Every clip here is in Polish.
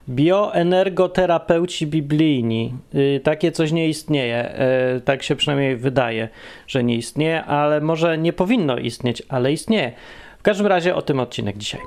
Bioenergoterapeuci biblijni. Takie coś nie istnieje. Tak się przynajmniej wydaje, że nie istnieje, ale może nie powinno istnieć, ale istnieje. W każdym razie o tym odcinek dzisiaj.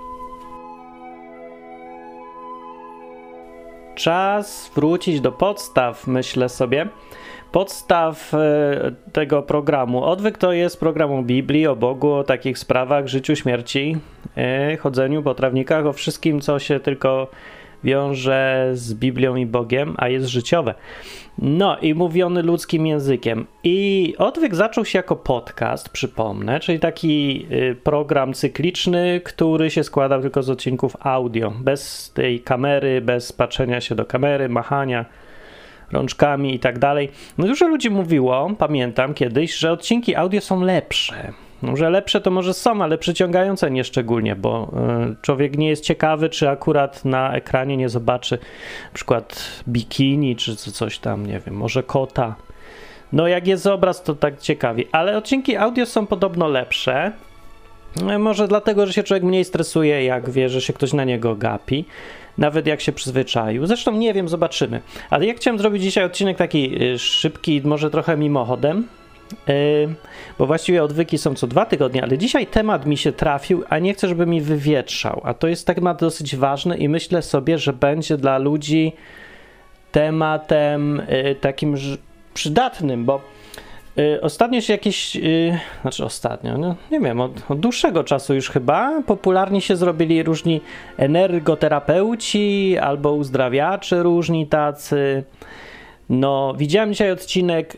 Czas wrócić do podstaw, myślę sobie. Podstaw tego programu. Odwyk to jest program o Biblii, o Bogu, o takich sprawach, życiu, śmierci, chodzeniu po trawnikach, o wszystkim, co się tylko wiąże z Biblią i Bogiem, a jest życiowe. No i mówiony ludzkim językiem. I Odwyk zaczął się jako podcast, przypomnę, czyli taki program cykliczny, który się składał tylko z odcinków audio, bez tej kamery, bez patrzenia się do kamery, machania rączkami i tak dalej. No dużo ludzi mówiło, pamiętam kiedyś, że odcinki audio są lepsze. No, że lepsze to może są, ale przyciągające nieszczególnie, bo człowiek nie jest ciekawy, czy akurat na ekranie nie zobaczy na przykład bikini, czy coś tam, nie wiem, może kota. No jak jest obraz, to tak ciekawi. Ale odcinki audio są podobno lepsze. Może dlatego, że się człowiek mniej stresuje, jak wie, że się ktoś na niego gapi. Nawet jak się przyzwyczaił. Zresztą nie wiem, zobaczymy. Ale ja chciałem zrobić dzisiaj odcinek taki szybki, może trochę mimochodem. Bo właściwie odwyki są co 2 tygodnie, ale dzisiaj temat mi się trafił, a nie chcę, żeby mi wywietrzał. A to jest temat dosyć ważny i myślę sobie, że będzie dla ludzi tematem takim przydatnym, bo ostatnio się jakieś, ostatnio, no nie wiem, od dłuższego czasu już chyba popularni się zrobili różni energoterapeuci albo uzdrawiacze różni tacy. No, widziałem dzisiaj odcinek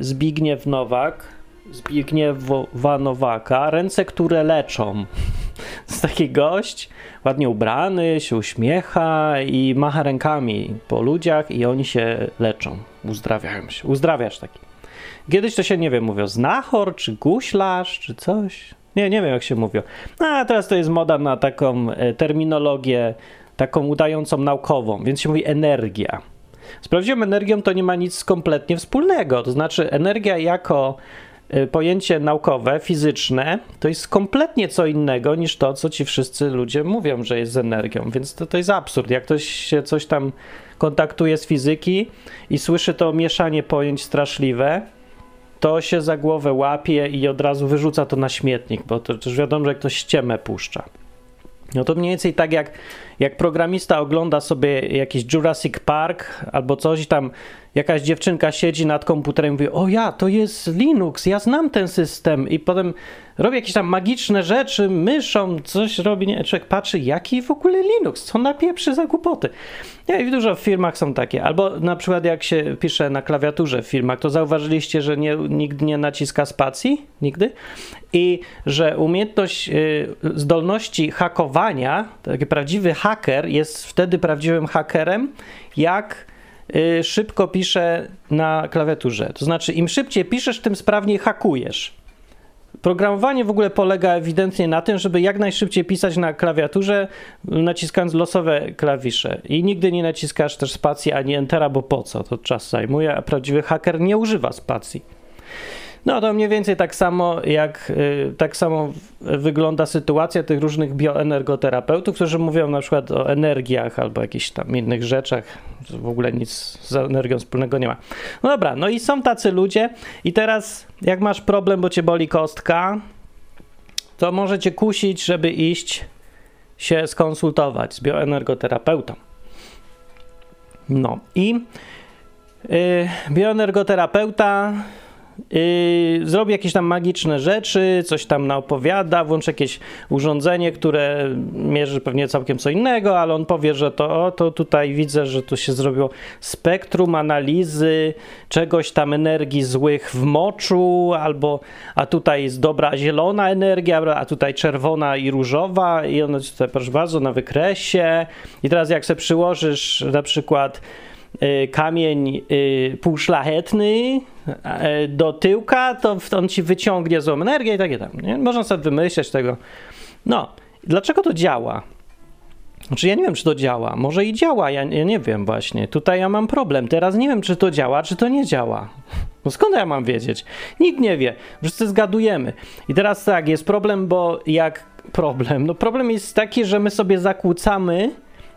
Zbigniewa Nowaka, Ręce, które leczą. To jest taki gość, ładnie ubrany, się uśmiecha i macha rękami po ludziach i oni się leczą, uzdrawiają się. Uzdrawiasz taki. Kiedyś to się, nie wiem, mówią znachor, czy guślarz, czy coś. Nie wiem jak się mówią. A teraz to jest moda na taką terminologię, taką udającą naukową, więc się mówi energia. Z prawdziwą energią to nie ma nic kompletnie wspólnego. To znaczy energia jako pojęcie naukowe, fizyczne, to jest kompletnie co innego niż to, co ci wszyscy ludzie mówią, że jest z energią. Więc to jest absurd. Jak ktoś się coś tam kontaktuje z fizyki i słyszy to mieszanie pojęć straszliwe, to się za głowę łapie i od razu wyrzuca to na śmietnik, bo to już wiadomo, że ktoś ściemę puszcza. No to mniej więcej tak jak programista ogląda sobie jakiś Jurassic Park albo coś i tam jakaś dziewczynka siedzi nad komputerem i mówi: o ja, to jest Linux, ja znam ten system i potem robi jakieś tam magiczne rzeczy, myszą, coś robi, nie, człowiek patrzy, jaki w ogóle Linux, co napieprzy za głupoty. Ja i dużo w firmach są takie, albo na przykład jak się pisze na klawiaturze w firmach, to zauważyliście, że nikt nie naciska spacji, nigdy, i że umiejętność, zdolności hakowania, taki prawdziwy haker jest wtedy prawdziwym hakerem, jak szybko pisze na klawiaturze. To znaczy, im szybciej piszesz, tym sprawniej hakujesz. Programowanie w ogóle polega ewidentnie na tym, żeby jak najszybciej pisać na klawiaturze, naciskając losowe klawisze. I nigdy nie naciskasz też spacji ani entera, bo po co? To czas zajmuje, a prawdziwy haker nie używa spacji. No to mniej więcej tak samo wygląda sytuacja tych różnych bioenergoterapeutów, którzy mówią na przykład o energiach albo jakichś tam innych rzeczach, że w ogóle nic z energią wspólnego nie ma. No dobra, no i są tacy ludzie i teraz jak masz problem, bo cię boli kostka, to może cię kusić, żeby iść się skonsultować z bioenergoterapeutą. No i bioenergoterapeuta zrobi jakieś tam magiczne rzeczy, coś tam naopowiada, włączy jakieś urządzenie, które mierzy pewnie całkiem co innego, ale on powie, że to tutaj widzę, że tu się zrobiło spektrum analizy czegoś tam energii złych w moczu, a tutaj jest dobra zielona energia, a tutaj czerwona i różowa i ona tutaj, proszę bardzo, na wykresie i teraz jak sobie przyłożysz na przykład kamień półszlachetny do tyłka, to on ci wyciągnie złą energię i takie tam. Nie? Można sobie wymyśleć tego. No, dlaczego to działa? Znaczy ja nie wiem, czy to działa. Może i działa, ja nie wiem właśnie. Tutaj ja mam problem. Teraz nie wiem, czy to działa, czy to nie działa. No skąd ja mam wiedzieć? Nikt nie wie. Wszyscy zgadujemy. I teraz tak, jest problem, bo jak problem? No problem jest taki, że my sobie zakłócamy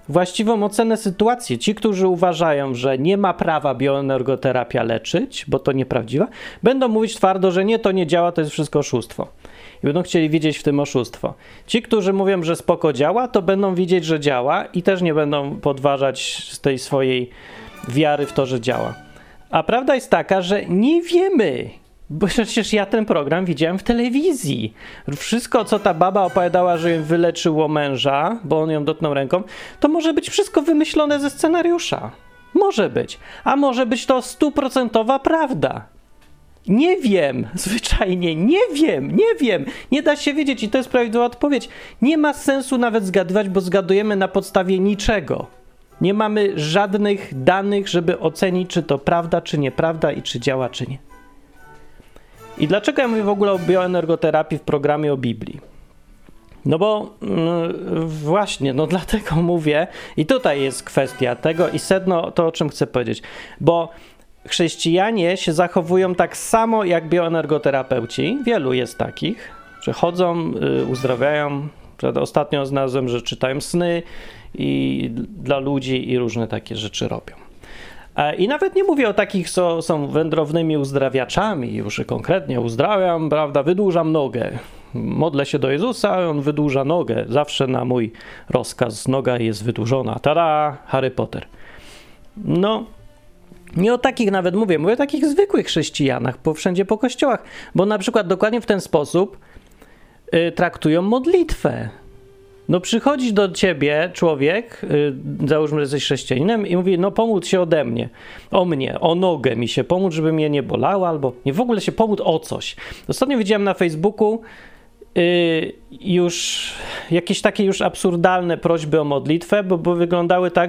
właściwą ocenę sytuacji. Ci, którzy uważają, że nie ma prawa bioenergoterapia leczyć, bo to nieprawdziwa, będą mówić twardo, że nie, to nie działa, to jest wszystko oszustwo. I będą chcieli widzieć w tym oszustwo. Ci, którzy mówią, że spoko działa, to będą widzieć, że działa i też nie będą podważać z tej swojej wiary w to, że działa. A prawda jest taka, że nie wiemy, bo przecież ja ten program widziałem w telewizji. Wszystko, co ta baba opowiadała, że ją wyleczyło męża, bo on ją dotknął ręką, to może być wszystko wymyślone ze scenariusza. Może być. A może być to 100% prawda. Nie wiem, zwyczajnie nie wiem. Nie da się wiedzieć i to jest prawidłowa odpowiedź. Nie ma sensu nawet zgadywać, bo zgadujemy na podstawie niczego. Nie mamy żadnych danych, żeby ocenić, czy to prawda, czy nieprawda i czy działa, czy nie. I dlaczego ja mówię w ogóle o bioenergoterapii w programie o Biblii? No bo właśnie, no dlatego mówię i tutaj jest kwestia tego i sedno to, o czym chcę powiedzieć, bo chrześcijanie się zachowują tak samo jak bioenergoterapeuci, wielu jest takich, że chodzą, uzdrawiają, ostatnio znalazłem, że czytają sny i dla ludzi i różne takie rzeczy robią. I nawet nie mówię o takich, co są wędrownymi uzdrawiaczami, już konkretnie uzdrawiam, prawda, wydłużam nogę. Modlę się do Jezusa, on wydłuża nogę. Zawsze na mój rozkaz noga jest wydłużona. Tada, Harry Potter. No, nie o takich nawet mówię o takich zwykłych chrześcijanach, wszędzie po kościołach, bo na przykład dokładnie w ten sposób traktują modlitwę. No przychodzi do ciebie człowiek, załóżmy, że jesteś chrześcijaninem i mówi, no pomódl się ode mnie, o nogę mi się pomódl, żeby mnie nie bolało, albo nie w ogóle się pomódl o coś. Ostatnio widziałem na Facebooku już jakieś takie już absurdalne prośby o modlitwę, bo wyglądały tak,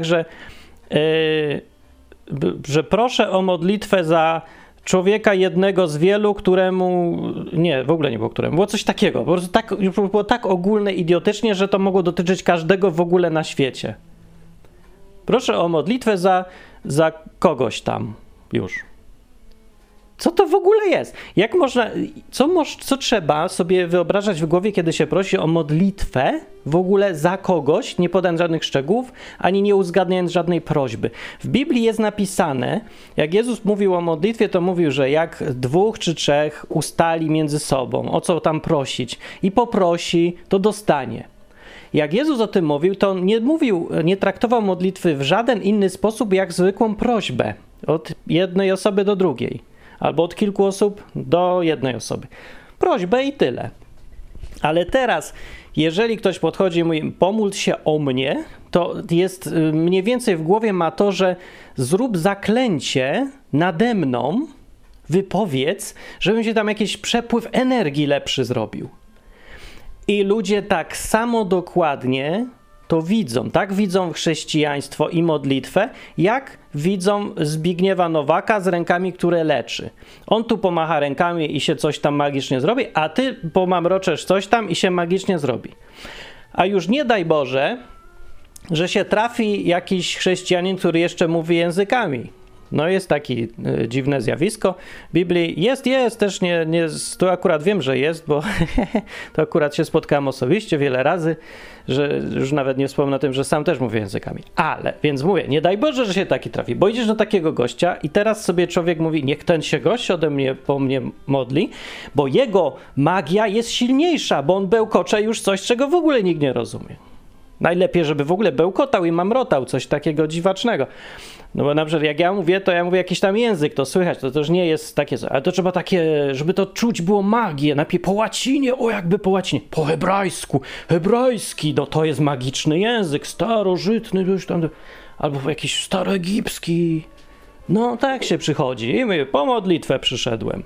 że proszę o modlitwę za człowieka jednego z wielu, któremu... Nie, w ogóle nie było któremu. Było coś takiego. Po prostu było tak ogólne, idiotycznie, że to mogło dotyczyć każdego w ogóle na świecie. Proszę o modlitwę za kogoś tam już. Co to w ogóle jest? Jak można... Co trzeba sobie wyobrażać w głowie, kiedy się prosi o modlitwę w ogóle za kogoś, nie podając żadnych szczegółów, ani nie uzgadniając żadnej prośby. W Biblii jest napisane, jak Jezus mówił o modlitwie, to mówił, że jak 2 czy 3 ustali między sobą, o co tam prosić i poprosi, to dostanie. Jak Jezus o tym mówił, to nie traktował modlitwy w żaden inny sposób, jak zwykłą prośbę od jednej osoby do drugiej. Albo od kilku osób do jednej osoby. Prośbę i tyle. Ale teraz, jeżeli ktoś podchodzi i mówi, pomódl się o mnie, to jest mniej więcej w głowie ma to, że zrób zaklęcie nade mną, wypowiedz, żebym się tam jakiś przepływ energii lepszy zrobił. I ludzie tak samo dokładnie to widzą. Tak widzą chrześcijaństwo i modlitwę, jak widzą Zbigniewa Nowaka z rękami, które leczy. On tu pomacha rękami i się coś tam magicznie zrobi, a ty pomamroczesz coś tam i się magicznie zrobi. A już nie daj Boże, że się trafi jakiś chrześcijanin, który jeszcze mówi językami. No jest takie dziwne zjawisko w Biblii. Jest, też nie, to akurat wiem, że jest, bo to akurat się spotkałem osobiście wiele razy, że już nawet nie wspomnę o tym, że sam też mówię językami. Ale, więc mówię, nie daj Boże, że się taki trafi, bo idziesz do takiego gościa i teraz sobie człowiek mówi, niech ten się gość po mnie modli, bo jego magia jest silniejsza, bo on bełkocze już coś, czego w ogóle nikt nie rozumie. Najlepiej, żeby w ogóle bełkotał i mamrotał, coś takiego dziwacznego. No bo na przykład jak ja mówię, to ja mówię jakiś tam język, to słychać, to też nie jest takie, ale to trzeba takie, żeby to czuć było magię, najpierw po łacinie, jakby po łacinie, po hebrajsku, hebrajski, no to jest magiczny język, starożytny, już tam, albo jakiś staroegipski, no tak się przychodzi i mówię, po modlitwę przyszedłem.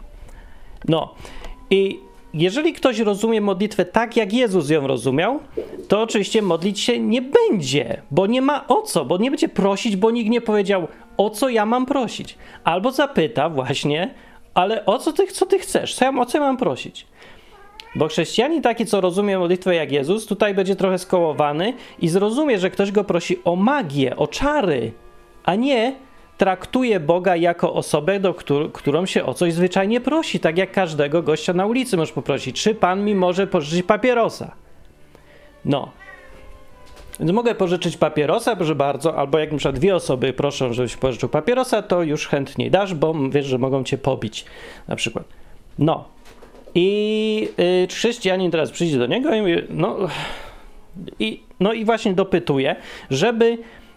No i jeżeli ktoś rozumie modlitwę tak, jak Jezus ją rozumiał, to oczywiście modlić się nie będzie, bo nie ma o co, bo nie będzie prosić, bo nikt nie powiedział, o co ja mam prosić. Albo zapyta właśnie, ale co ty chcesz, o co ja mam prosić? Bo chrześcijanin taki, co rozumie modlitwę jak Jezus, tutaj będzie trochę skołowany i zrozumie, że ktoś go prosi o magię, o czary, a nie traktuje Boga jako osobę, którą się o coś zwyczajnie prosi, tak jak każdego gościa na ulicy możesz poprosić, czy pan mi może pożyczyć papierosa? No. Więc mogę pożyczyć papierosa, proszę bardzo, albo jak na przykład 2 osoby proszą, żebyś pożyczył papierosa, to już chętniej dasz, bo wiesz, że mogą cię pobić na przykład. No. I chrześcijanin teraz przyjdzie do niego i mówi, no i właśnie dopytuje, żeby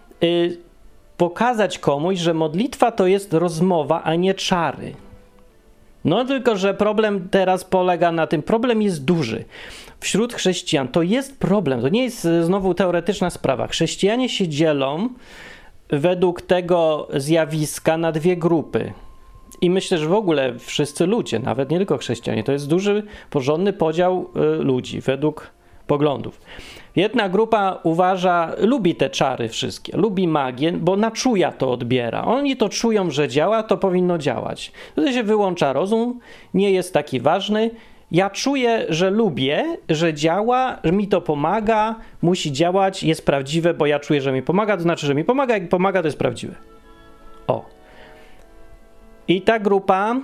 pokazać komuś, że modlitwa to jest rozmowa, a nie czary. No tylko, że problem teraz polega na tym, problem jest duży. Wśród chrześcijan to jest problem, to nie jest znowu teoretyczna sprawa. Chrześcijanie się dzielą według tego zjawiska na 2 grupy. I myślę, że w ogóle wszyscy ludzie, nawet nie tylko chrześcijanie, to jest duży, porządny podział ludzi według poglądów. Jedna grupa lubi te czary wszystkie, lubi magię, bo na czuja to odbiera. Oni to czują, że działa, to powinno działać. Tutaj się wyłącza rozum, nie jest taki ważny. Ja czuję, że lubię, że działa, że mi to pomaga, musi działać, jest prawdziwe, bo ja czuję, że mi pomaga, to znaczy, że mi pomaga, jak pomaga, to jest prawdziwe. O. I ta grupa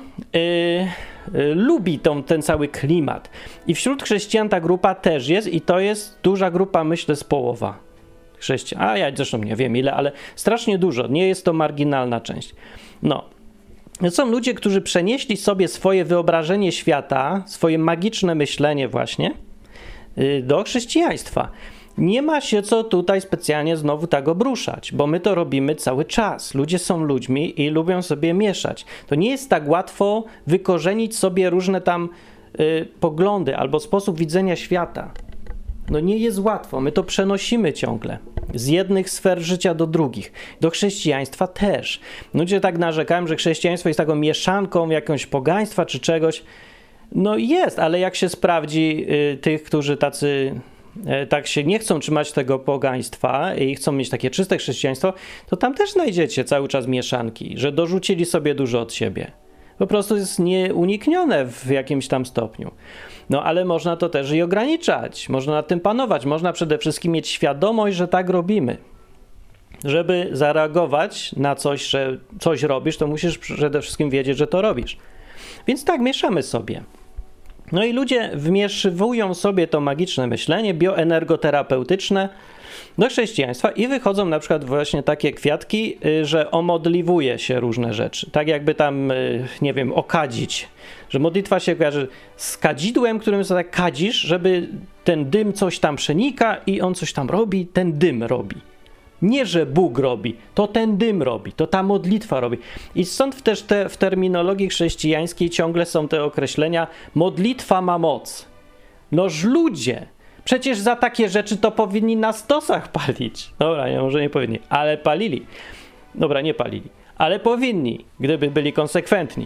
lubi ten cały klimat. I wśród chrześcijan ta grupa też jest i to jest duża grupa, myślę, z połowa chrześcijan. A ja zresztą nie wiem ile, ale strasznie dużo. Nie jest to marginalna część. No. To są ludzie, którzy przenieśli sobie swoje wyobrażenie świata, swoje magiczne myślenie właśnie do chrześcijaństwa. Nie ma się co tutaj specjalnie znowu tak obruszać, bo my to robimy cały czas. Ludzie są ludźmi i lubią sobie mieszać. To nie jest tak łatwo wykorzenić sobie różne tam poglądy albo sposób widzenia świata. No nie jest łatwo, my to przenosimy ciągle z jednych sfer życia do drugich. Do chrześcijaństwa też. Ludzie tak narzekają, że chrześcijaństwo jest taką mieszanką jakiegoś pogaństwa czy czegoś. No jest, ale jak się sprawdzi tych, którzy tak się nie chcą trzymać tego pogaństwa i chcą mieć takie czyste chrześcijaństwo, to tam też znajdziecie cały czas mieszanki, że dorzucili sobie dużo od siebie. Po prostu jest nieuniknione w jakimś tam stopniu. No ale można to też i ograniczać, można nad tym panować, można przede wszystkim mieć świadomość, że tak robimy. Żeby zareagować na coś, że coś robisz, to musisz przede wszystkim wiedzieć, że to robisz. Więc tak, mieszamy sobie. No i ludzie wmieszywują sobie to magiczne myślenie bioenergoterapeutyczne do chrześcijaństwa i wychodzą na przykład właśnie takie kwiatki, że omodliwuje się różne rzeczy. Tak jakby tam, nie wiem, okadzić. Że modlitwa się kojarzy z kadzidłem, którym sobie tak kadzisz, żeby ten dym coś tam przenika i on coś tam robi, ten dym robi. Nie, że Bóg robi, to ten dym robi, to ta modlitwa robi. I stąd też w terminologii chrześcijańskiej ciągle są te określenia modlitwa ma moc. Noż ludzie, przecież za takie rzeczy to powinni na stosach palić. Dobra, może nie powinni, ale palili. Dobra, nie palili, ale powinni, gdyby byli konsekwentni.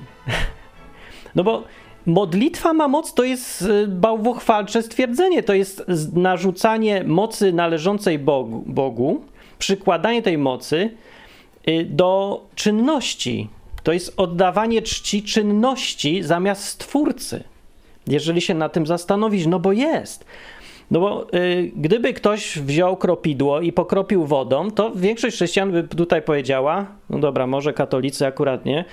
No bo modlitwa ma moc, to jest bałwochwalcze stwierdzenie, to jest narzucanie mocy należącej Bogu, przykładanie tej mocy do czynności. To jest oddawanie czci czynności zamiast Stwórcy. Jeżeli się nad tym zastanowić, no bo jest. No bo gdyby ktoś wziął kropidło i pokropił wodą, to większość chrześcijan by tutaj powiedziała, no dobra, może katolicy akurat nie,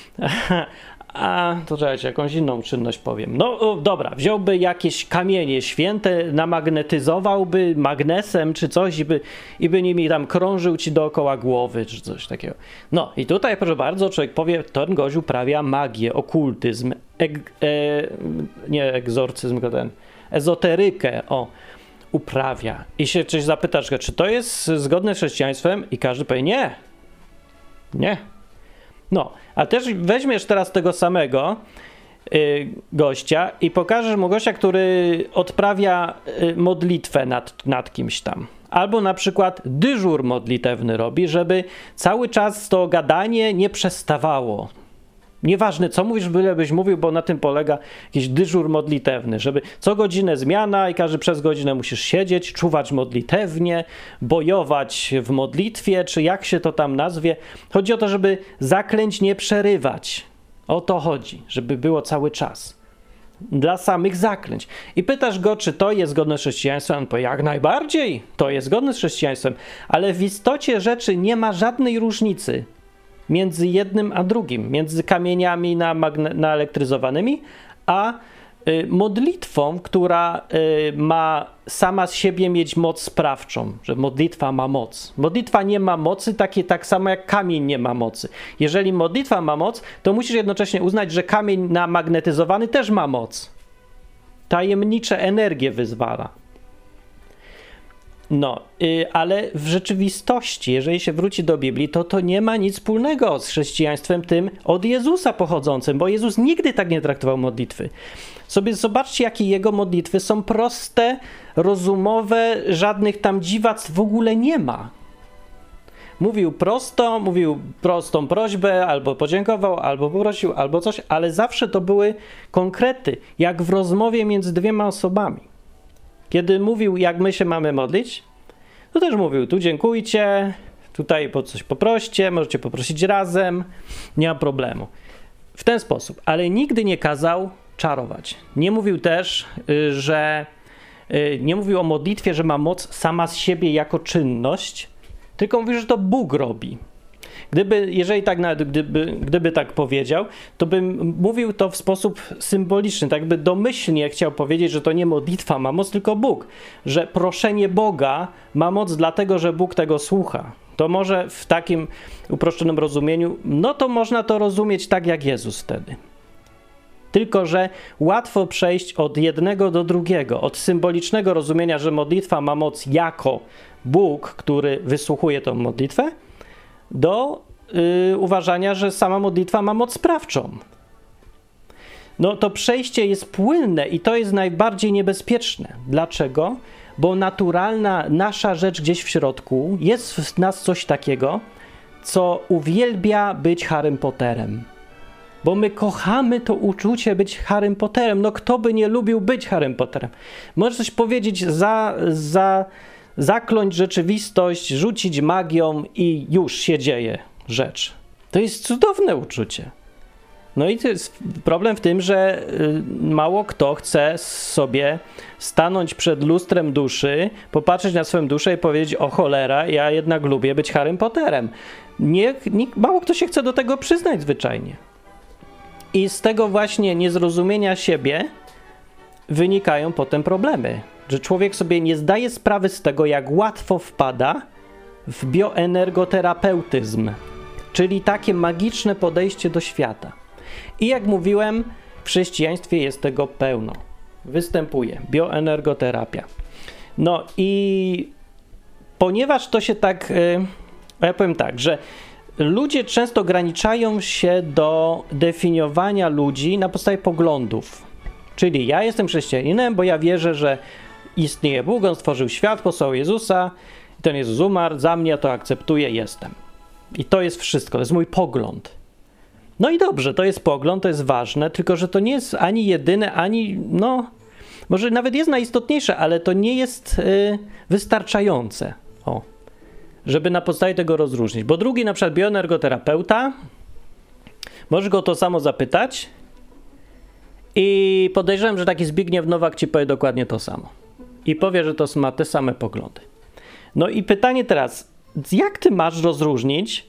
a to czekajcie, jakąś inną czynność powiem. No dobra, wziąłby jakieś kamienie święte, namagnetyzowałby magnesem czy coś i by nimi tam krążył ci dookoła głowy czy coś takiego. No i tutaj proszę bardzo, człowiek powie, ten gość uprawia magię, okultyzm, nie egzorcyzm, tylko ezoterykę, uprawia. I się coś zapytasz, czy to jest zgodne z chrześcijaństwem? I każdy powie, nie. Nie. No, a też weźmiesz teraz tego samego gościa i pokażesz mu gościa, który odprawia modlitwę nad kimś tam. Albo na przykład dyżur modlitewny robi, żeby cały czas to gadanie nie przestawało. Nieważne co mówisz, bylebyś mówił, bo na tym polega jakiś dyżur modlitewny, żeby co godzinę zmiana i każdy przez godzinę musisz siedzieć, czuwać modlitewnie, bojować w modlitwie, czy jak się to tam nazwie. Chodzi o to, żeby zaklęć nie przerywać. O to chodzi, żeby było cały czas. Dla samych zaklęć. I pytasz go, czy to jest zgodne z chrześcijaństwem? On powie, jak najbardziej, to jest zgodne z chrześcijaństwem, ale w istocie rzeczy nie ma żadnej różnicy między jednym a drugim, między kamieniami naelektryzowanymi, a modlitwą, która ma sama z siebie mieć moc sprawczą, że modlitwa ma moc. Modlitwa nie ma mocy, tak samo jak kamień nie ma mocy. Jeżeli modlitwa ma moc, to musisz jednocześnie uznać, że kamień namagnetyzowany też ma moc. Tajemnicze energie wyzwala. No, ale w rzeczywistości, jeżeli się wróci do Biblii, to nie ma nic wspólnego z chrześcijaństwem tym od Jezusa pochodzącym, bo Jezus nigdy tak nie traktował modlitwy. Sobie zobaczcie, jakie jego modlitwy są proste, rozumowe, żadnych tam dziwactw w ogóle nie ma. Mówił prostą prośbę, albo podziękował, albo poprosił, albo coś, ale zawsze to były konkrety, jak w rozmowie między dwiema osobami. Kiedy mówił, jak my się mamy modlić, to też mówił, tu dziękujcie, tutaj po coś poproście, możecie poprosić razem, nie ma problemu. W ten sposób, ale nigdy nie kazał czarować. Nie mówił też, nie mówił o modlitwie, że ma moc sama z siebie jako czynność, tylko mówił, że to Bóg robi. Gdyby tak powiedział, to bym mówił to w sposób symboliczny, tak by domyślnie chciał powiedzieć, że to nie modlitwa ma moc, tylko Bóg, że proszenie Boga ma moc dlatego, że Bóg tego słucha. To może w takim uproszczonym rozumieniu, no to można to rozumieć tak jak Jezus wtedy. Tylko że łatwo przejść od jednego do drugiego, od symbolicznego rozumienia, że modlitwa ma moc jako Bóg, który wysłuchuje tą modlitwę, do uważania, że sama modlitwa ma moc sprawczą. No to przejście jest płynne i to jest najbardziej niebezpieczne. Dlaczego? Bo naturalna nasza rzecz gdzieś w środku, jest w nas coś takiego, co uwielbia być Harrym Potterem. Bo my kochamy to uczucie być Harrym Potterem. No kto by nie lubił być Harrym Potterem? Możesz coś powiedzieć zakląć rzeczywistość, rzucić magią i już się dzieje rzecz. To jest cudowne uczucie. No i to jest problem w tym, że mało kto chce sobie stanąć przed lustrem duszy, popatrzeć na swoją duszę i powiedzieć, o cholera, ja jednak lubię być Harrym Potterem. Mało kto się chce do tego przyznać zwyczajnie. I z tego właśnie niezrozumienia siebie wynikają potem problemy. Że człowiek sobie nie zdaje sprawy z tego, jak łatwo wpada w bioenergoterapeutyzm, czyli takie magiczne podejście do świata. I jak mówiłem, w chrześcijaństwie jest tego pełno. Występuje bioenergoterapia. No i ponieważ to się tak, ja powiem tak, że ludzie często ograniczają się do definiowania ludzi na podstawie poglądów. Czyli ja jestem chrześcijaninem, bo ja wierzę, że istnieje Bóg, On stworzył świat, posłał Jezusa, ten Jezus umarł, za mnie to akceptuję, jestem. I to jest wszystko, to jest mój pogląd. No i dobrze, to jest pogląd, to jest ważne, tylko że to nie jest ani jedyne, ani, może nawet jest najistotniejsze, ale to nie jest wystarczające, żeby na podstawie tego rozróżnić. Bo drugi, na przykład bioenergoterapeuta, możesz go to samo zapytać i podejrzewam, że taki Zbigniew Nowak ci powie dokładnie to samo. I powie, że to ma te same poglądy. No i pytanie teraz, jak ty masz rozróżnić,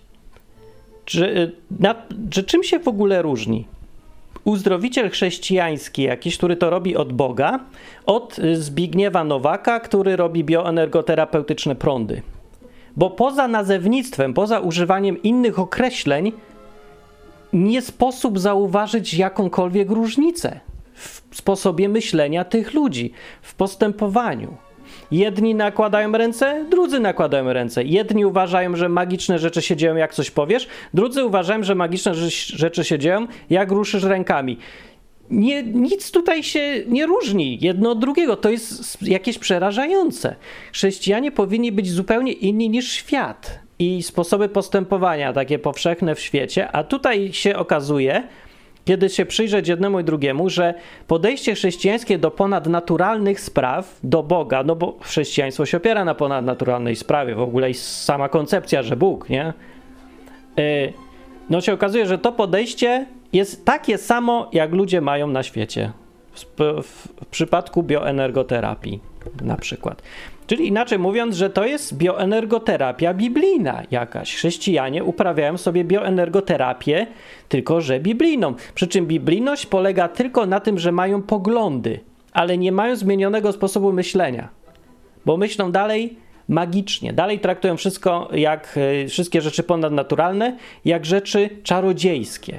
czy czym się w ogóle różni uzdrowiciel chrześcijański jakiś, który to robi od Boga, od Zbigniewa Nowaka, który robi bioenergoterapeutyczne prądy? Bo poza nazewnictwem, poza używaniem innych określeń, nie sposób zauważyć jakąkolwiek różnicę w sposobie myślenia tych ludzi, w postępowaniu. Jedni nakładają ręce, drudzy nakładają ręce. Jedni uważają, że magiczne rzeczy się dzieją, jak coś powiesz, drudzy uważają, że magiczne rzeczy się dzieją, jak ruszysz rękami. Nic tutaj się nie różni jedno od drugiego. To jest jakieś przerażające. Chrześcijanie powinni być zupełnie inni niż świat i sposoby postępowania takie powszechne w świecie, a tutaj się okazuje, kiedy się przyjrzeć jednemu i drugiemu, że podejście chrześcijańskie do ponadnaturalnych spraw, do Boga, no bo chrześcijaństwo się opiera na ponadnaturalnej sprawie, w ogóle jest sama koncepcja, że Bóg, nie? No się okazuje, że to podejście jest takie samo, jak ludzie mają na świecie w przypadku bioenergoterapii. na przykład. Czyli inaczej mówiąc, że to jest bioenergoterapia biblijna jakaś. Chrześcijanie uprawiają sobie bioenergoterapię, tylko że biblijną. Przy czym biblijność polega tylko na tym, że mają poglądy, ale nie mają zmienionego sposobu myślenia. Bo myślą dalej magicznie. Dalej traktują wszystko jak wszystkie rzeczy ponadnaturalne, jak rzeczy czarodziejskie.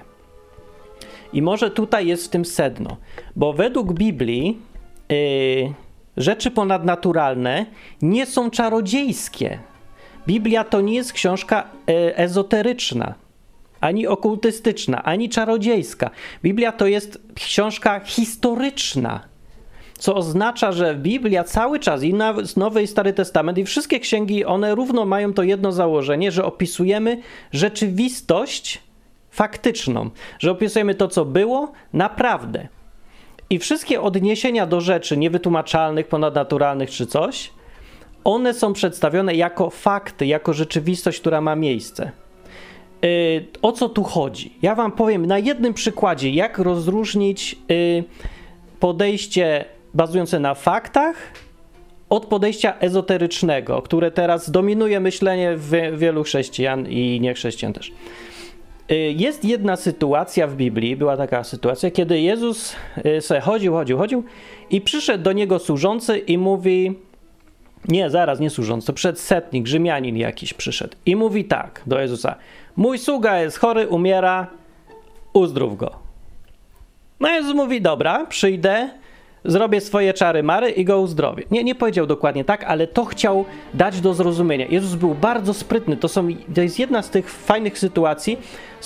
I może tutaj jest w tym sedno, bo według Biblii rzeczy ponadnaturalne nie są czarodziejskie. Biblia to nie jest książka ezoteryczna, ani okultystyczna, ani czarodziejska. Biblia to jest książka historyczna, co oznacza, że Biblia cały czas, i Nowy i Stary Testament, i wszystkie księgi, one równo mają to jedno założenie, że opisujemy rzeczywistość faktyczną, że opisujemy to, co było, naprawdę. I wszystkie odniesienia do rzeczy niewytłumaczalnych, ponadnaturalnych czy coś, one są przedstawione jako fakty, jako rzeczywistość, która ma miejsce. O co tu chodzi? Ja wam powiem na jednym przykładzie, jak rozróżnić podejście bazujące na faktach od podejścia ezoterycznego, które teraz dominuje myślenie wielu chrześcijan i niechrześcijan też. Jest jedna sytuacja w Biblii, była taka sytuacja, kiedy Jezus se chodził i przyszedł do niego służący i mówi, nie służący, to przedsetnik, Rzymianin jakiś przyszedł i mówi tak do Jezusa: mój sługa jest chory, umiera, uzdrów go. No Jezus mówi, dobra, przyjdę, zrobię swoje czary mary i go uzdrowię. Nie powiedział dokładnie tak, ale to chciał dać do zrozumienia. Jezus był bardzo sprytny. To jest jedna z tych fajnych sytuacji,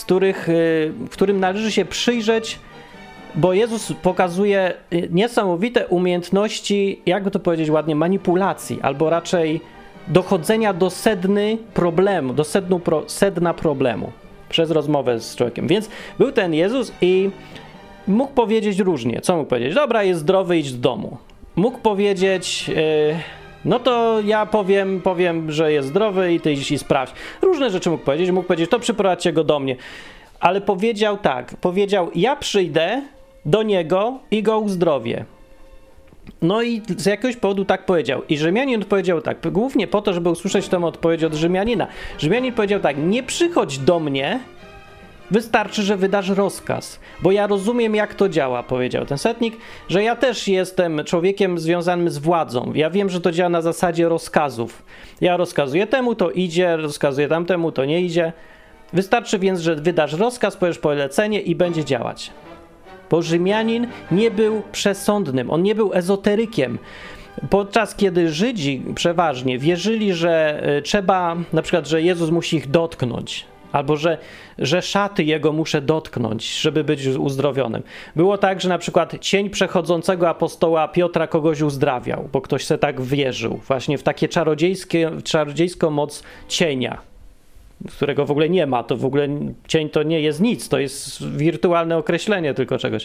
w którym należy się przyjrzeć, bo Jezus pokazuje niesamowite umiejętności, jakby to powiedzieć ładnie, manipulacji, albo raczej dochodzenia do sedny problemu, sedna problemu przez rozmowę z człowiekiem. Więc był ten Jezus i mógł powiedzieć różnie. Co mógł powiedzieć? Dobra, jest zdrowy, idź do domu. Mógł powiedzieć, no to ja powiem, że jest zdrowy i ty idź i sprawdź. Różne rzeczy mógł powiedzieć. Mógł powiedzieć, to przyprowadźcie go do mnie. Ale powiedział tak, ja przyjdę do niego i go uzdrowię. No i z jakiegoś powodu tak powiedział. I Rzymianin odpowiedział tak, głównie po to, żeby usłyszeć tę odpowiedź od Rzymianina. Rzymianin powiedział tak, nie przychodź do mnie, wystarczy, że wydasz rozkaz, bo ja rozumiem, jak to działa, powiedział ten setnik, że ja też jestem człowiekiem związanym z władzą. Ja wiem, że to działa na zasadzie rozkazów. Ja rozkazuję temu, to idzie, rozkazuję tamtemu, to nie idzie. Wystarczy więc, że wydasz rozkaz, powiesz polecenie i będzie działać. Bo Rzymianin nie był przesądnym, on nie był ezoterykiem. Podczas kiedy Żydzi przeważnie wierzyli, że trzeba, na przykład, że Jezus musi ich dotknąć, albo że szaty jego muszę dotknąć, żeby być uzdrowionym. Było tak, że na przykład cień przechodzącego apostoła Piotra kogoś uzdrawiał, bo ktoś se tak wierzył, właśnie w takie czarodziejską moc cienia, którego w ogóle nie ma. To w ogóle cień to nie jest nic, to jest wirtualne określenie tylko czegoś.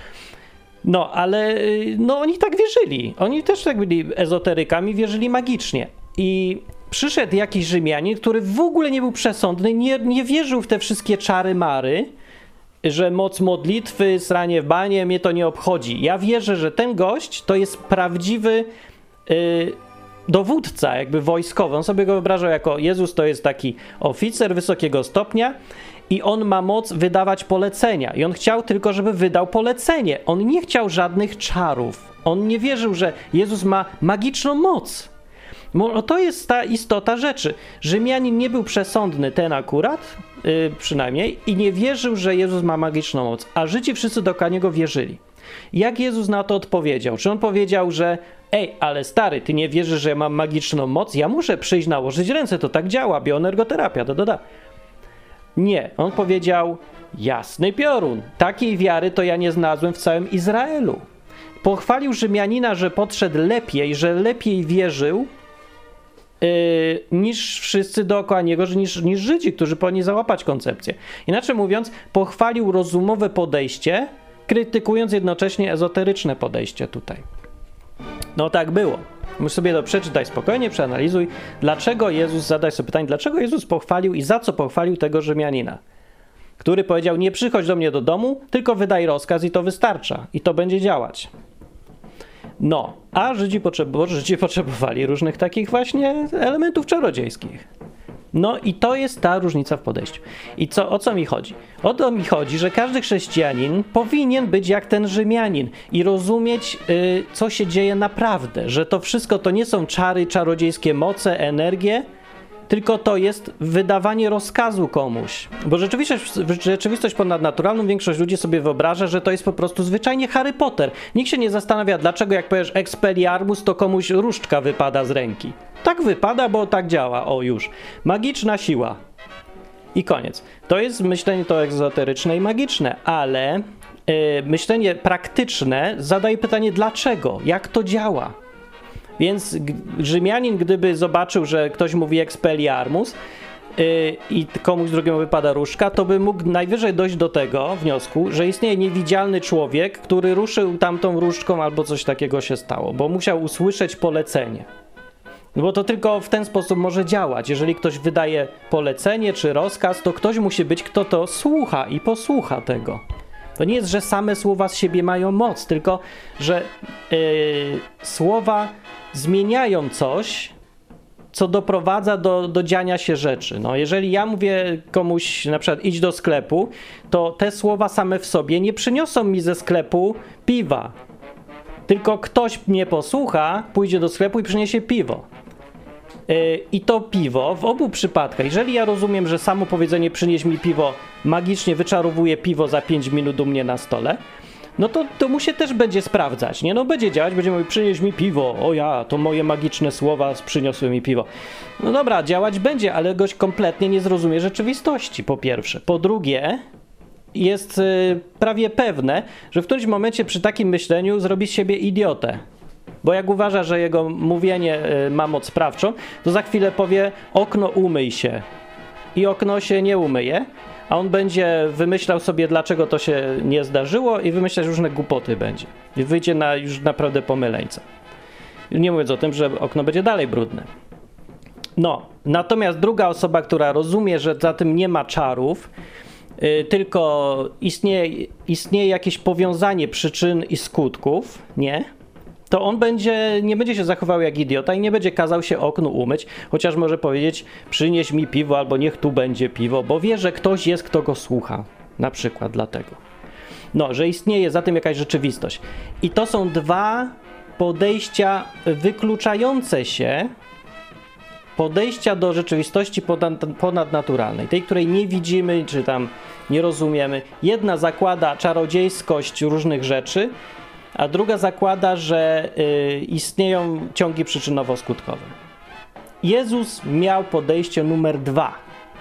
No, ale oni tak wierzyli. Oni też tak byli ezoterykami, wierzyli magicznie. I przyszedł jakiś Rzymianin, który w ogóle nie był przesądny, nie wierzył w te wszystkie czary mary, że moc modlitwy, sranie w banie, mnie to nie obchodzi. Ja wierzę, że ten gość to jest prawdziwy dowódca jakby wojskowy. On sobie go wyobrażał jako Jezus to jest taki oficer wysokiego stopnia i on ma moc wydawać polecenia. I on chciał tylko, żeby wydał polecenie. On nie chciał żadnych czarów. On nie wierzył, że Jezus ma magiczną moc. No to jest ta istota rzeczy. Rzymianin nie był przesądny, ten akurat, przynajmniej, i nie wierzył, że Jezus ma magiczną moc, a Żydzi wszyscy do niego wierzyli. Jak Jezus na to odpowiedział? Czy on powiedział, że ale stary, ty nie wierzysz, że ja mam magiczną moc? Ja muszę przyjść, nałożyć ręce, to tak działa, bioenergoterapia, Nie, on powiedział, jasny piorun, takiej wiary to ja nie znalazłem w całym Izraelu. Pochwalił Rzymianina, że podszedł lepiej, że lepiej wierzył, niż wszyscy dookoła niego, niż Żydzi, którzy powinni załapać koncepcję. Inaczej mówiąc, pochwalił rozumowe podejście, krytykując jednocześnie ezoteryczne podejście tutaj. No tak było. Musisz sobie to przeczytaj spokojnie, przeanalizuj, zadaj sobie pytanie, dlaczego Jezus pochwalił i za co pochwalił tego Rzymianina, który powiedział, nie przychodź do mnie do domu, tylko wydaj rozkaz i to wystarcza. I to będzie działać. No, a Żydzi potrzebowali różnych takich właśnie elementów czarodziejskich. No i to jest ta różnica w podejściu. I o co mi chodzi? O to mi chodzi, że każdy chrześcijanin powinien być jak ten Rzymianin i rozumieć, co się dzieje naprawdę, że to wszystko to nie są czary, czarodziejskie moce, energie, tylko to jest wydawanie rozkazu komuś. Bo rzeczywistość ponadnaturalną większość ludzi sobie wyobraża, że to jest po prostu zwyczajnie Harry Potter. Nikt się nie zastanawia, dlaczego jak powiesz Expelliarmus, to komuś różdżka wypada z ręki. Tak wypada, bo tak działa. O już. Magiczna siła. I koniec. To jest myślenie to egzoteryczne i magiczne, ale myślenie praktyczne zadaje pytanie dlaczego? Jak to działa? Więc Rzymianin, gdyby zobaczył, że ktoś mówi Expelliarmus i komuś drugiemu wypada różdżka, to by mógł najwyżej dojść do tego wniosku, że istnieje niewidzialny człowiek, który ruszył tamtą różdżką albo coś takiego się stało, bo musiał usłyszeć polecenie. No bo to tylko w ten sposób może działać. Jeżeli ktoś wydaje polecenie czy rozkaz, to ktoś musi być, kto to słucha i posłucha tego. To nie jest, że same słowa z siebie mają moc, tylko że słowa zmieniają coś, co doprowadza do dziania się rzeczy. No, jeżeli ja mówię komuś na przykład idź do sklepu, to te słowa same w sobie nie przyniosą mi ze sklepu piwa. Tylko ktoś mnie posłucha, pójdzie do sklepu i przyniesie piwo. I to piwo w obu przypadkach, jeżeli ja rozumiem, że samo powiedzenie przynieś mi piwo magicznie wyczarowuje piwo za 5 minut u mnie na stole, no to mu się też będzie sprawdzać, nie? No będzie działać, będzie mówić przynieś mi piwo, o ja, to moje magiczne słowa przyniosły mi piwo. No dobra, działać będzie, ale gość kompletnie nie zrozumie rzeczywistości, po pierwsze. Po drugie, jest prawie pewne, że w którymś momencie przy takim myśleniu zrobi z siebie idiotę. Bo jak uważa, że jego mówienie ma moc sprawczą, to za chwilę powie okno umyj się. I okno się nie umyje, a on będzie wymyślał sobie, dlaczego to się nie zdarzyło i wymyślać różne głupoty będzie. I wyjdzie na już naprawdę pomyleńca. Nie mówiąc o tym, że okno będzie dalej brudne. No, natomiast druga osoba, która rozumie, że za tym nie ma czarów, tylko istnieje jakieś powiązanie przyczyn i skutków, nie? To on nie będzie się zachował jak idiota i nie będzie kazał się oknu umyć, chociaż może powiedzieć przynieś mi piwo albo niech tu będzie piwo, bo wie, że ktoś jest, kto go słucha. Na przykład dlatego. No, że istnieje za tym jakaś rzeczywistość. I to są dwa podejścia wykluczające się, podejścia do rzeczywistości ponadnaturalnej, tej, której nie widzimy, czy tam nie rozumiemy. Jedna zakłada czarodziejskość różnych rzeczy, a druga zakłada, że istnieją ciągi przyczynowo-skutkowe. Jezus miał podejście numer 2.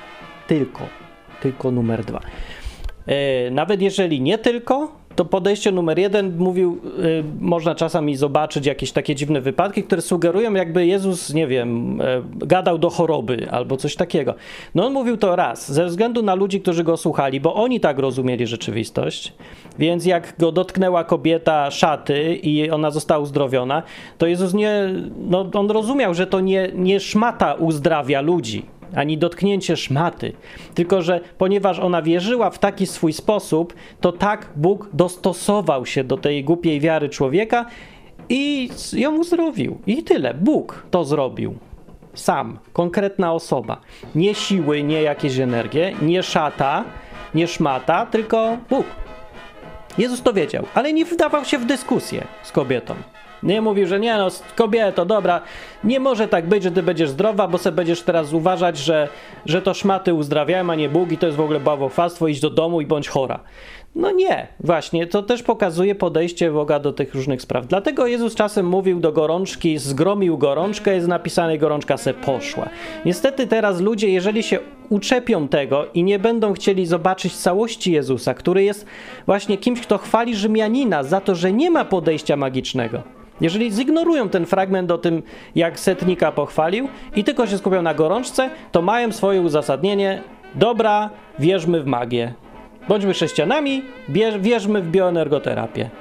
Tylko numer 2. Nawet jeżeli nie tylko, to podejście numer 1 mówił, można czasami zobaczyć jakieś takie dziwne wypadki, które sugerują, jakby Jezus, nie wiem, gadał do choroby albo coś takiego. No on mówił to raz, ze względu na ludzi, którzy go słuchali, bo oni tak rozumieli rzeczywistość, więc jak go dotknęła kobieta szaty i ona została uzdrowiona, to Jezus on rozumiał, że to nie szmata uzdrawia ludzi, ani dotknięcie szmaty, tylko że ponieważ ona wierzyła w taki swój sposób, to tak Bóg dostosował się do tej głupiej wiary człowieka i ją uzdrowił. I tyle. Bóg to zrobił. Sam. Konkretna osoba. Nie siły, nie jakieś energie, nie szata, nie szmata, tylko Bóg. Jezus to wiedział, ale nie wdawał się w dyskusję z kobietą. Nie mówił, że nie no, kobieto, dobra, nie może tak być, że ty będziesz zdrowa, bo sobie będziesz teraz uważać, że to szmaty uzdrawiają, a nie Bóg i to jest w ogóle bałwochwalstwo, idź do domu i bądź chora. No nie, właśnie, to też pokazuje podejście Boga do tych różnych spraw. Dlatego Jezus czasem mówił do gorączki, zgromił gorączkę, jest napisane, gorączka se poszła. Niestety teraz ludzie, jeżeli się uczepią tego i nie będą chcieli zobaczyć całości Jezusa, który jest właśnie kimś, kto chwali Rzymianina za to, że nie ma podejścia magicznego. Jeżeli zignorują ten fragment o tym, jak setnika pochwalił i tylko się skupią na gorączce, to mają swoje uzasadnienie. Dobra, wierzmy w magię. Bądźmy chrześcijanami, wierzmy w bioenergoterapię.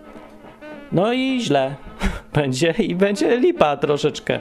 No i źle będzie lipa troszeczkę.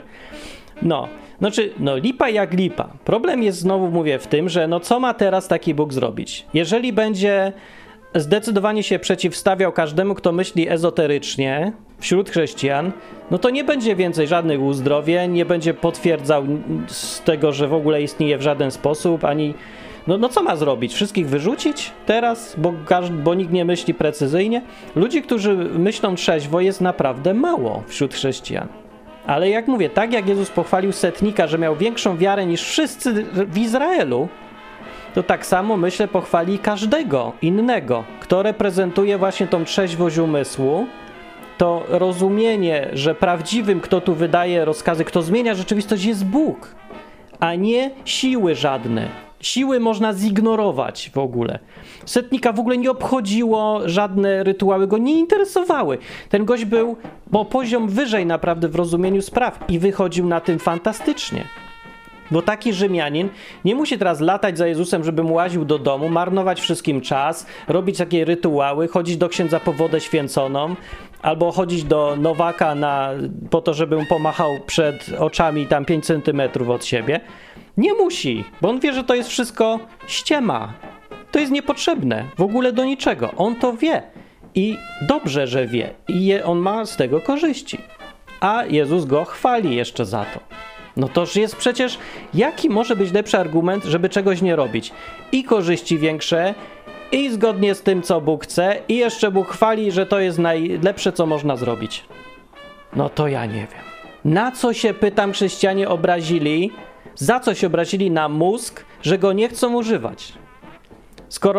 Lipa jak lipa. Problem jest znowu, mówię, w tym, że co ma teraz taki Bóg zrobić? Jeżeli będzie zdecydowanie się przeciwstawiał każdemu, kto myśli ezoterycznie, wśród chrześcijan, no to nie będzie więcej żadnych uzdrowień, nie będzie potwierdzał z tego, że w ogóle istnieje w żaden sposób, ani... No co ma zrobić? Wszystkich wyrzucić teraz, bo nikt nie myśli precyzyjnie? Ludzi, którzy myślą trzeźwo, jest naprawdę mało wśród chrześcijan. Ale jak mówię, tak jak Jezus pochwalił setnika, że miał większą wiarę niż wszyscy w Izraelu, to tak samo, myślę, pochwali każdego innego, kto reprezentuje właśnie tą trzeźwość umysłu, to rozumienie, że prawdziwym, kto tu wydaje rozkazy, kto zmienia rzeczywistość, jest Bóg, a nie siły żadne. Siły można zignorować w ogóle. Setnika w ogóle nie obchodziło, żadne rytuały go nie interesowały. Ten gość był o poziom wyżej naprawdę w rozumieniu spraw i wychodził na tym fantastycznie. Bo taki Rzymianin nie musi teraz latać za Jezusem, żeby mu łaził do domu, marnować wszystkim czas, robić takie rytuały, chodzić do księdza po wodę święconą, albo chodzić do Nowaka po to, żeby mu pomachał przed oczami tam 5 centymetrów od siebie. Nie musi, bo on wie, że to jest wszystko ściema. To jest niepotrzebne w ogóle do niczego. On to wie i dobrze, że wie i on ma z tego korzyści. A Jezus go chwali jeszcze za to. No toż jest przecież, jaki może być lepszy argument, żeby czegoś nie robić? I korzyści większe, i zgodnie z tym, co Bóg chce, i jeszcze Bóg chwali, że to jest najlepsze, co można zrobić. No to ja nie wiem. Na co się, pytam, chrześcijanie obrazili? Za co się obrazili na mózg, że go nie chcą używać? Skoro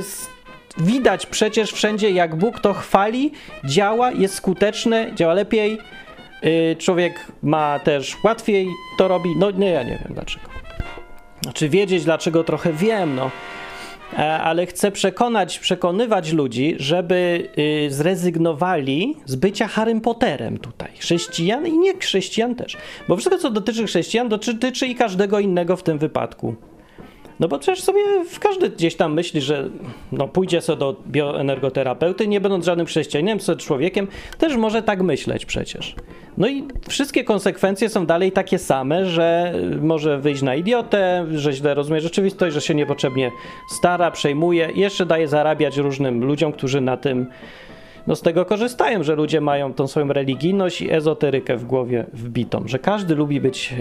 widać przecież wszędzie, jak Bóg to chwali, działa, jest skuteczne, działa lepiej, człowiek ma też łatwiej to robi. No nie, ja nie wiem dlaczego. Znaczy wiedzieć dlaczego trochę wiem, ale chcę przekonywać ludzi, żeby zrezygnowali z bycia Harrym Potterem tutaj. Chrześcijan i nie chrześcijan też. Bo wszystko, co dotyczy chrześcijan, dotyczy i każdego innego w tym wypadku. No bo przecież sobie każdy gdzieś tam myśli, że pójdzie sobie do bioenergoterapeuty, nie będąc żadnym chrześcijaninem, sobie człowiekiem, też może tak myśleć przecież. No i wszystkie konsekwencje są dalej takie same, że może wyjść na idiotę, że źle rozumie rzeczywistość, że się niepotrzebnie stara, przejmuje i jeszcze daje zarabiać różnym ludziom, którzy na tym z tego korzystają, że ludzie mają tą swoją religijność i ezoterykę w głowie wbitą, że każdy lubi być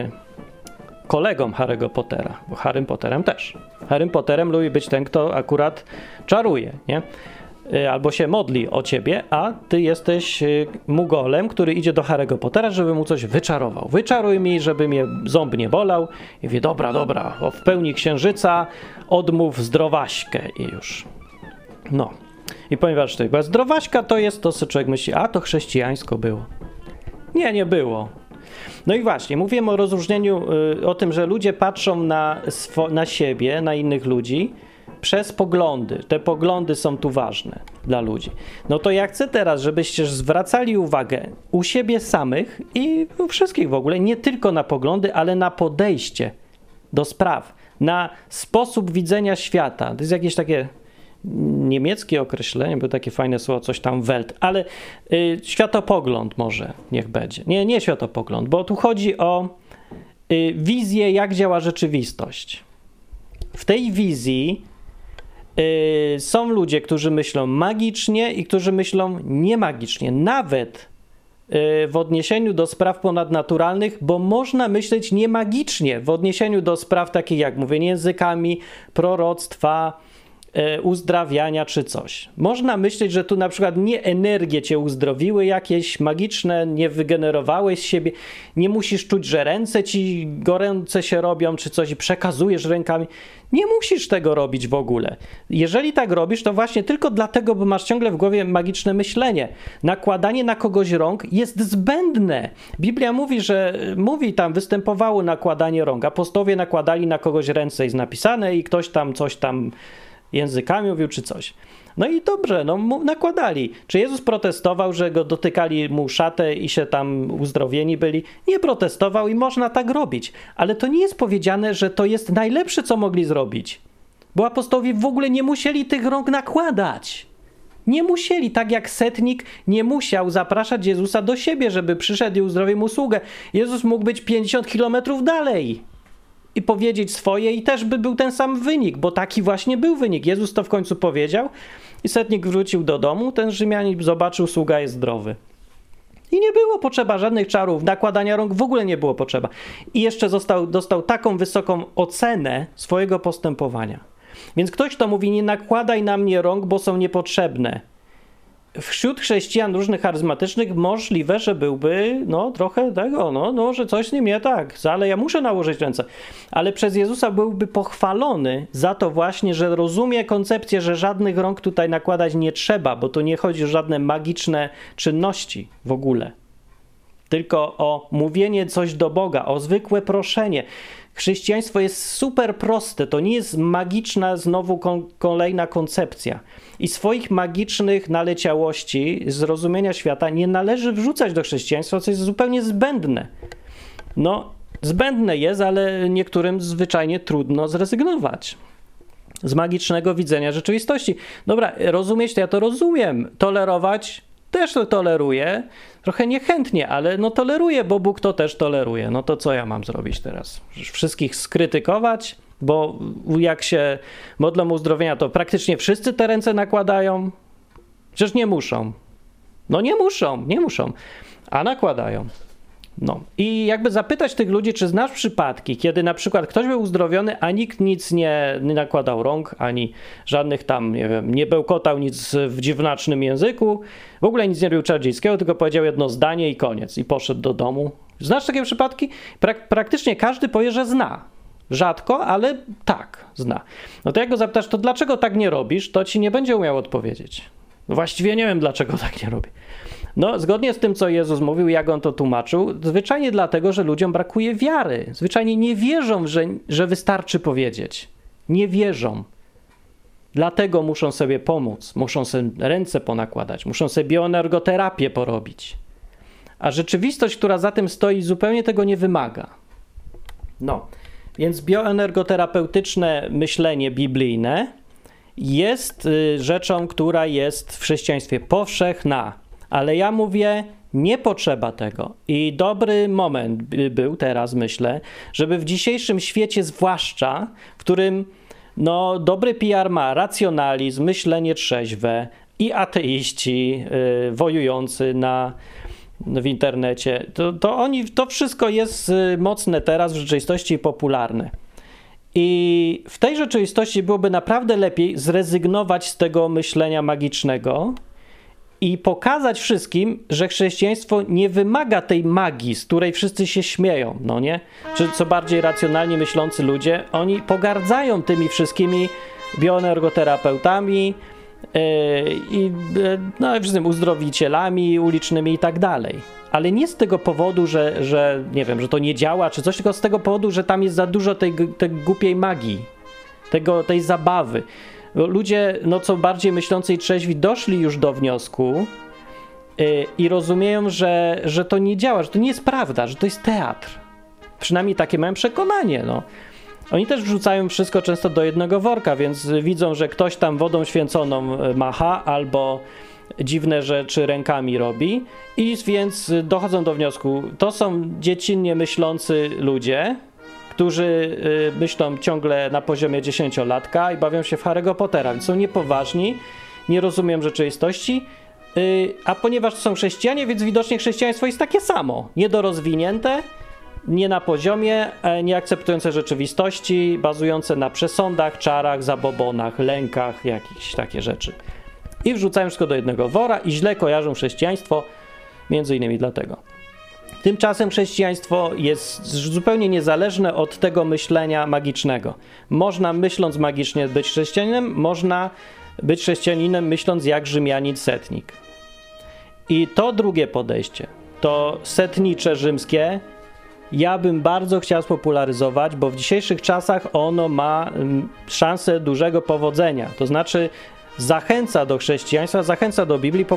kolegą Harry'ego Pottera, bo Harrym Potterem też. Harrym Potterem lubi być ten, kto akurat czaruje, nie? Albo się modli o ciebie, a ty jesteś mugolem, który idzie do Harry'ego Pottera, żeby mu coś wyczarował. Wyczaruj mi, żeby mnie ząb nie bolał. I wie, dobra, w pełni księżyca odmów zdrowaśkę i już. No. I ponieważ bo zdrowaśka to jest to, co człowiek myśli, a to chrześcijańsko było. Nie było. No i właśnie, mówiłem o rozróżnieniu, o tym, że ludzie patrzą na siebie, na innych ludzi przez poglądy. Te poglądy są tu ważne dla ludzi. No to ja chcę teraz, żebyście zwracali uwagę u siebie samych i u wszystkich w ogóle, nie tylko na poglądy, ale na podejście do spraw, na sposób widzenia świata. To jest jakieś takie niemieckie określenie, było takie fajne słowo, coś tam Welt, ale światopogląd może niech będzie. Nie światopogląd, bo tu chodzi o wizję, jak działa rzeczywistość. W tej wizji są ludzie, którzy myślą magicznie i którzy myślą niemagicznie. Nawet w odniesieniu do spraw ponadnaturalnych, bo można myśleć niemagicznie w odniesieniu do spraw takich jak mówienie językami, proroctwa, uzdrawiania czy coś. Można myśleć, że tu na przykład nie energie cię uzdrowiły jakieś magiczne, nie wygenerowałeś z siebie, nie musisz czuć, że ręce ci gorące się robią czy coś i przekazujesz rękami. Nie musisz tego robić w ogóle. Jeżeli tak robisz, to właśnie tylko dlatego, bo masz ciągle w głowie magiczne myślenie. Nakładanie na kogoś rąk jest zbędne. Biblia mówi tam, występowało nakładanie rąk. Apostołowie nakładali na kogoś ręce, jest napisane i ktoś tam coś tam językami mówił czy coś. No i dobrze, nakładali. Czy Jezus protestował, że go dotykali mu szatę i się tam uzdrowieni byli? Nie protestował i można tak robić. Ale to nie jest powiedziane, że to jest najlepsze, co mogli zrobić. Bo apostołowie w ogóle nie musieli tych rąk nakładać. Nie musieli, tak jak setnik nie musiał zapraszać Jezusa do siebie, żeby przyszedł i uzdrowił mu sługę. Jezus mógł być 50 kilometrów dalej i powiedzieć swoje i też by był ten sam wynik, bo taki właśnie był wynik. Jezus to w końcu powiedział i setnik wrócił do domu, ten Rzymianin zobaczył, sługa jest zdrowy. I nie było potrzeba żadnych czarów, nakładania rąk w ogóle nie było potrzeba. I jeszcze dostał taką wysoką ocenę swojego postępowania. Więc ktoś, kto mówi, nie nakładaj na mnie rąk, bo są niepotrzebne. Wśród chrześcijan różnych charyzmatycznych możliwe, że byłby trochę tego, że coś z nim nie tak, ale ja muszę nałożyć ręce. Ale przez Jezusa byłby pochwalony za to właśnie, że rozumie koncepcję, że żadnych rąk tutaj nakładać nie trzeba, bo tu nie chodzi o żadne magiczne czynności w ogóle. Tylko o mówienie coś do Boga, o zwykłe proszenie. Chrześcijaństwo jest super proste, to nie jest magiczna znowu kolejna koncepcja. I swoich magicznych naleciałości, zrozumienia świata nie należy wrzucać do chrześcijaństwa, co jest zupełnie zbędne. Zbędne jest, ale niektórym zwyczajnie trudno zrezygnować z magicznego widzenia rzeczywistości. Dobra, rozumieć to ja to rozumiem, tolerować też to toleruję, trochę niechętnie, ale toleruję, bo Bóg to też toleruje. No to co ja mam zrobić teraz? Wszystkich skrytykować? Bo jak się modlą o uzdrowienia, to praktycznie wszyscy te ręce nakładają? Przecież nie muszą. Nie muszą, a nakładają. I jakby zapytać tych ludzi, czy znasz przypadki, kiedy na przykład ktoś był uzdrowiony, a nikt nic nie nakładał rąk, ani żadnych tam, nie bełkotał nic w dziwnacznym języku, w ogóle nic nie robił czarodziejskiego, tylko powiedział jedno zdanie i koniec, i poszedł do domu. Znasz takie przypadki? Praktycznie każdy powie, że zna. Rzadko, ale tak, zna. To jak go zapytasz, to dlaczego tak nie robisz, to ci nie będzie umiał odpowiedzieć. Właściwie nie wiem, dlaczego tak nie robię. Zgodnie z tym, co Jezus mówił, jak on to tłumaczył, zwyczajnie dlatego, że ludziom brakuje wiary. Zwyczajnie nie wierzą, że wystarczy powiedzieć. Nie wierzą. Dlatego muszą sobie pomóc, muszą sobie ręce ponakładać, muszą sobie bioenergoterapię porobić. A rzeczywistość, która za tym stoi, zupełnie tego nie wymaga. Więc bioenergoterapeutyczne myślenie biblijne jest rzeczą, która jest w chrześcijaństwie powszechna. Ale ja mówię, nie potrzeba tego. I dobry moment był teraz, myślę, żeby w dzisiejszym świecie zwłaszcza, w którym dobry PR ma racjonalizm, myślenie trzeźwe i ateiści wojujący w internecie, to wszystko jest mocne teraz w rzeczywistości i popularne. I w tej rzeczywistości byłoby naprawdę lepiej zrezygnować z tego myślenia magicznego i pokazać wszystkim, że chrześcijaństwo nie wymaga tej magii, z której wszyscy się śmieją, nie? Czy co bardziej racjonalnie myślący ludzie, oni pogardzają tymi wszystkimi bioenergoterapeutami i uzdrowicielami ulicznymi i tak dalej. Ale nie z tego powodu, że nie wiem, że to nie działa czy coś, tylko z tego powodu, że tam jest za dużo tej głupiej magii, tej zabawy. Ludzie, co bardziej myślący i trzeźwi, doszli już do wniosku i rozumieją, że to nie działa, że to nie jest prawda, że to jest teatr. Przynajmniej takie mają przekonanie, Oni też wrzucają wszystko często do jednego worka, więc widzą, że ktoś tam wodą święconą macha albo dziwne rzeczy rękami robi i więc dochodzą do wniosku, to są dziecinnie myślący ludzie, którzy myślą ciągle na poziomie 10-latka i bawią się w Harry'ego Pottera, więc są niepoważni, nie rozumieją rzeczywistości, a ponieważ to są chrześcijanie, więc widocznie chrześcijaństwo jest takie samo, niedorozwinięte, nie na poziomie, nieakceptujące rzeczywistości, bazujące na przesądach, czarach, zabobonach, lękach, jakieś takie rzeczy. I wrzucają wszystko do jednego wora i źle kojarzą chrześcijaństwo, między innymi dlatego. Tymczasem chrześcijaństwo jest zupełnie niezależne od tego myślenia magicznego. Można myśląc magicznie być chrześcijaninem, można być chrześcijaninem myśląc jak Rzymianin setnik. I to drugie podejście, to setnicze rzymskie, ja bym bardzo chciał spopularyzować, bo w dzisiejszych czasach ono ma szansę dużego powodzenia. To znaczy zachęca do chrześcijaństwa, zachęca do Biblii,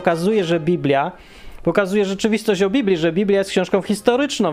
pokazuje rzeczywistość o Biblii, że Biblia jest książką historyczną,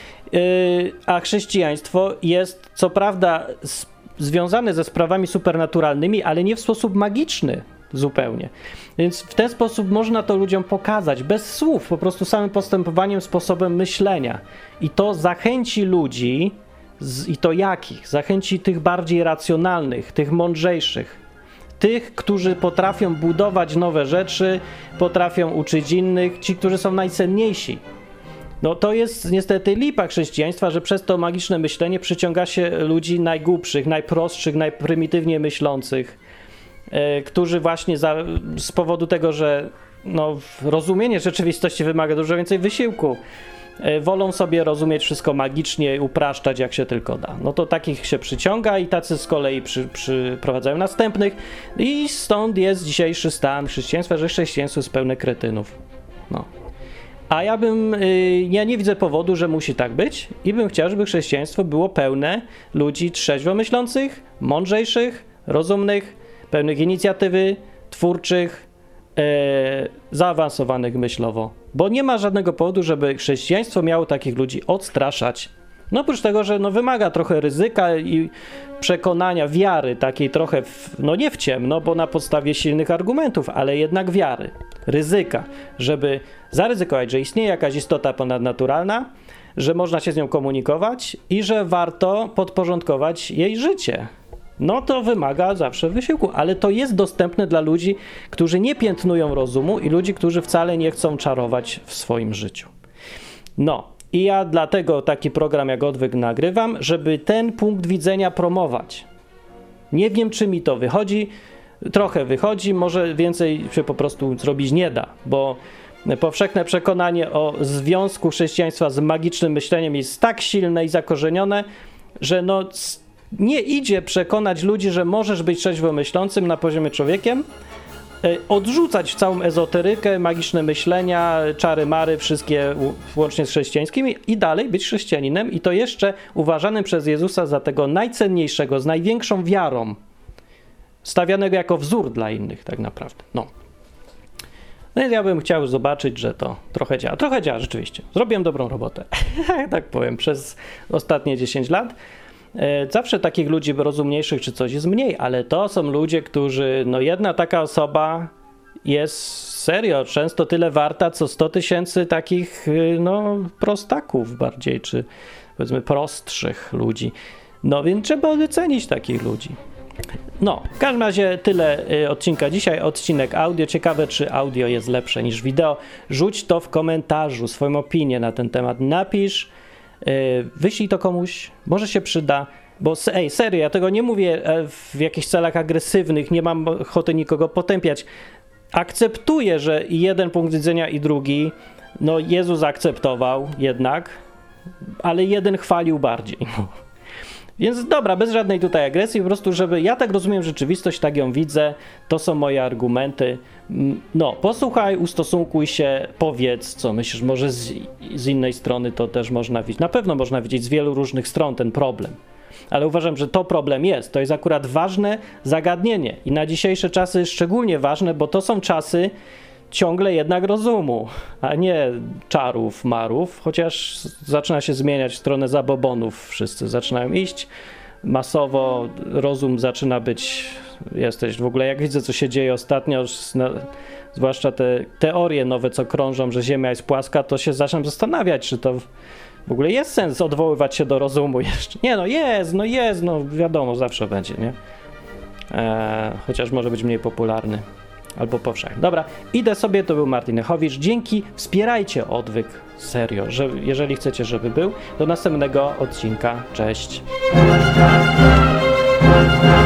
a chrześcijaństwo jest co prawda związane ze sprawami supernaturalnymi, ale nie w sposób magiczny zupełnie. Więc w ten sposób można to ludziom pokazać, bez słów, po prostu samym postępowaniem, sposobem myślenia. I to zachęci ludzi, i to jakich? Zachęci tych bardziej racjonalnych, tych mądrzejszych, tych, którzy potrafią budować nowe rzeczy, potrafią uczyć innych, ci, którzy są najcenniejsi. No to jest niestety lipa chrześcijaństwa, że przez to magiczne myślenie przyciąga się ludzi najgłupszych, najprostszych, najprymitywniej myślących, którzy właśnie z powodu tego, że rozumienie rzeczywistości wymaga dużo więcej wysiłku, wolą sobie rozumieć wszystko magicznie i upraszczać jak się tylko da. No to takich się przyciąga i tacy z kolei przyprowadzają następnych i stąd jest dzisiejszy stan chrześcijaństwa, że chrześcijaństwo jest pełne kretynów. No. A ja nie widzę powodu, że musi tak być i bym chciał, żeby chrześcijaństwo było pełne ludzi trzeźwo myślących, mądrzejszych, rozumnych, pełnych inicjatywy, twórczych, zaawansowanych myślowo. Bo nie ma żadnego powodu, żeby chrześcijaństwo miało takich ludzi odstraszać. No oprócz tego, że wymaga trochę ryzyka i przekonania, wiary takiej trochę, nie w ciemno, bo na podstawie silnych argumentów, ale jednak wiary, ryzyka, żeby zaryzykować, że istnieje jakaś istota ponadnaturalna, że można się z nią komunikować i że warto podporządkować jej życie. No to wymaga zawsze wysiłku, ale to jest dostępne dla ludzi, którzy nie piętnują rozumu i ludzi, którzy wcale nie chcą czarować w swoim życiu. No i ja dlatego taki program jak Odwyk nagrywam, żeby ten punkt widzenia promować. Nie wiem, czy mi to wychodzi, trochę wychodzi, może więcej się po prostu zrobić nie da, bo powszechne przekonanie o związku chrześcijaństwa z magicznym myśleniem jest tak silne i zakorzenione, że nie idzie przekonać ludzi, że możesz być trzeźwo myślącym na poziomie człowiekiem, odrzucać całą ezoterykę, magiczne myślenia, czary-mary, wszystkie łącznie z chrześcijańskimi i dalej być chrześcijaninem i to jeszcze uważanym przez Jezusa za tego najcenniejszego, z największą wiarą, stawianego jako wzór dla innych tak naprawdę. No więc ja bym chciał zobaczyć, że to trochę działa. Trochę działa rzeczywiście. Zrobiłem dobrą robotę, tak powiem, przez ostatnie 10 lat. Zawsze takich ludzi rozumniejszych czy coś jest mniej, ale to są ludzie, którzy, jedna taka osoba jest serio często tyle warta, co 100 000 takich, prostaków bardziej, czy powiedzmy prostszych ludzi. No więc trzeba docenić takich ludzi. W każdym razie tyle odcinka dzisiaj, odcinek audio. Ciekawe, czy audio jest lepsze niż wideo. Rzuć to w komentarzu, swoją opinię na ten temat. Napisz, wyślij to komuś, może się przyda, bo serio, ja tego nie mówię w jakichś celach agresywnych, nie mam ochoty nikogo potępiać. Akceptuję, że i jeden punkt widzenia i drugi, Jezus akceptował jednak, ale jeden chwalił bardziej. Więc dobra, bez żadnej tutaj agresji, po prostu, żeby ja tak rozumiem rzeczywistość, tak ją widzę, to są moje argumenty. Posłuchaj, ustosunkuj się, powiedz, co myślisz, może z innej strony to też można widzieć. Na pewno można widzieć z wielu różnych stron ten problem, ale uważam, że to problem jest. To jest akurat ważne zagadnienie i na dzisiejsze czasy szczególnie ważne, bo to są czasy ciągle jednak rozumu, a nie czarów, marów, chociaż zaczyna się zmieniać w stronę zabobonów. Wszyscy zaczynają iść masowo, rozum zaczyna być, w ogóle jak widzę, co się dzieje ostatnio, zwłaszcza te teorie nowe, co krążą, że Ziemia jest płaska, to się zaczynam zastanawiać, czy to w ogóle jest sens odwoływać się do rozumu jeszcze. Nie, jest, wiadomo, zawsze będzie, nie? Chociaż może być mniej popularny. Albo powszechny. Dobra, idę sobie, to był Martin Lechowicz. Dzięki, wspierajcie Odwyk, serio, jeżeli chcecie, żeby był. Do następnego odcinka. Cześć.